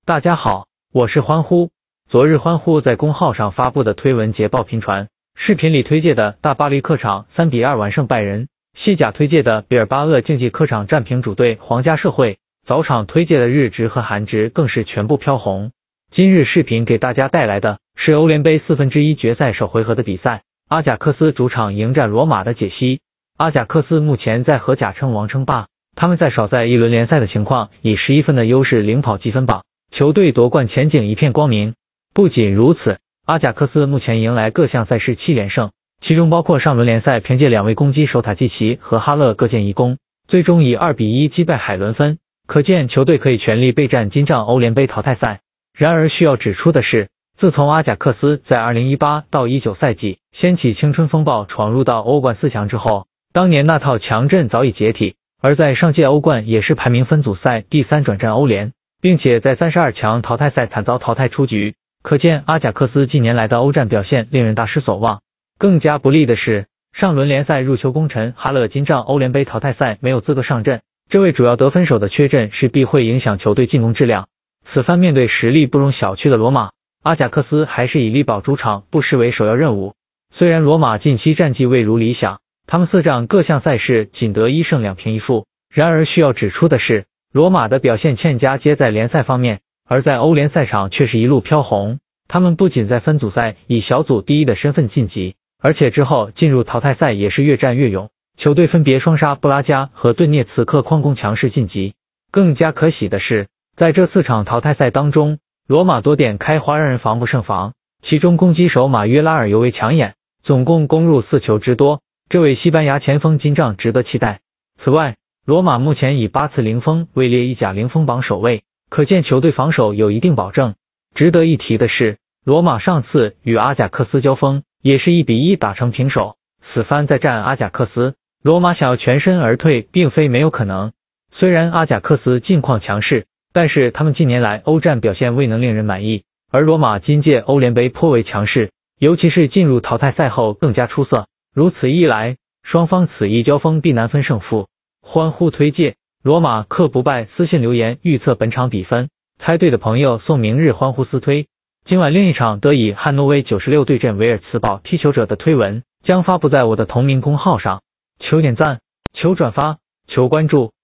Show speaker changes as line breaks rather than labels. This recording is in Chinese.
大家好，我是欢呼。昨日欢呼在公号上发布的推文捷报频传，视频里推介的大巴黎客场3-2完胜拜仁，西甲推介的比尔巴鄂竞技客场战平主队皇家社会，早场推介的日职和韩职更是全部飘红。今日视频给大家带来的是欧联杯1/4决赛首回合的比赛，阿贾克斯主场迎战罗马的解析。阿贾克斯目前在荷甲称王称霸，他们在少赛一轮联赛的情况，以11分的优势领跑积分榜，球队夺冠前景一片光明。不仅如此，阿贾克斯目前迎来各项赛事7连胜，其中包括上轮联赛凭借2位攻击手塔季奇和哈勒各建1功，最终以2-1击败海伦芬，可见球队可以全力备战今仗欧联杯淘汰赛。然而需要指出的是，自从阿贾克斯在2018到19赛季掀起青春风暴，闯入到欧冠4强之后，当年那套强阵早已解体，而在上届欧冠也是排名分组赛第3转战欧联，并且在32强淘汰赛惨遭淘汰出局，可见阿贾克斯近年来的欧战表现令人大失所望。更加不利的是，上轮联赛入球功臣哈勒今仗欧联杯淘汰赛没有资格上阵，这位主要得分手的缺阵势必会影响球队进攻质量。此番面对实力不容小觑的罗马，阿贾克斯还是以力保主场不失为首要任务。虽然罗马近期战绩未如理想，他们4仗各项赛事仅得1胜2平1负，然而需要指出的是，罗马的表现欠佳皆在联赛方面，而在欧联赛场却是一路飘红。他们不仅在分组赛以小组第一的身份晋级，而且之后进入淘汰赛也是越战越勇，球队分别双杀布拉加和顿涅茨克矿工强势晋级。更加可喜的是，在这4场淘汰赛当中，罗马多点开花让人防不胜防，其中攻击手马约拉尔尤为抢眼，总共攻入4球之多，这位西班牙前锋今仗值得期待。此外，罗马目前以8次零封位列意甲零封榜首位，可见球队防守有一定保证。值得一提的是，罗马上次与阿贾克斯交锋也是1-1打成平手，此番再战阿贾克斯，罗马想要全身而退并非没有可能。虽然阿贾克斯近况强势，但是他们近年来欧战表现未能令人满意，而罗马今届欧联杯颇为强势，尤其是进入淘汰赛后更加出色，如此一来，双方此役交锋必难分胜负。欢呼推介罗马克不败，私信留言预测本场比分，猜对的朋友送明日欢呼私推。今晚另一场德乙汉诺威96对阵维尔茨堡踢球者的推文将发布在我的同名公号上，求点赞，求转发，求关注。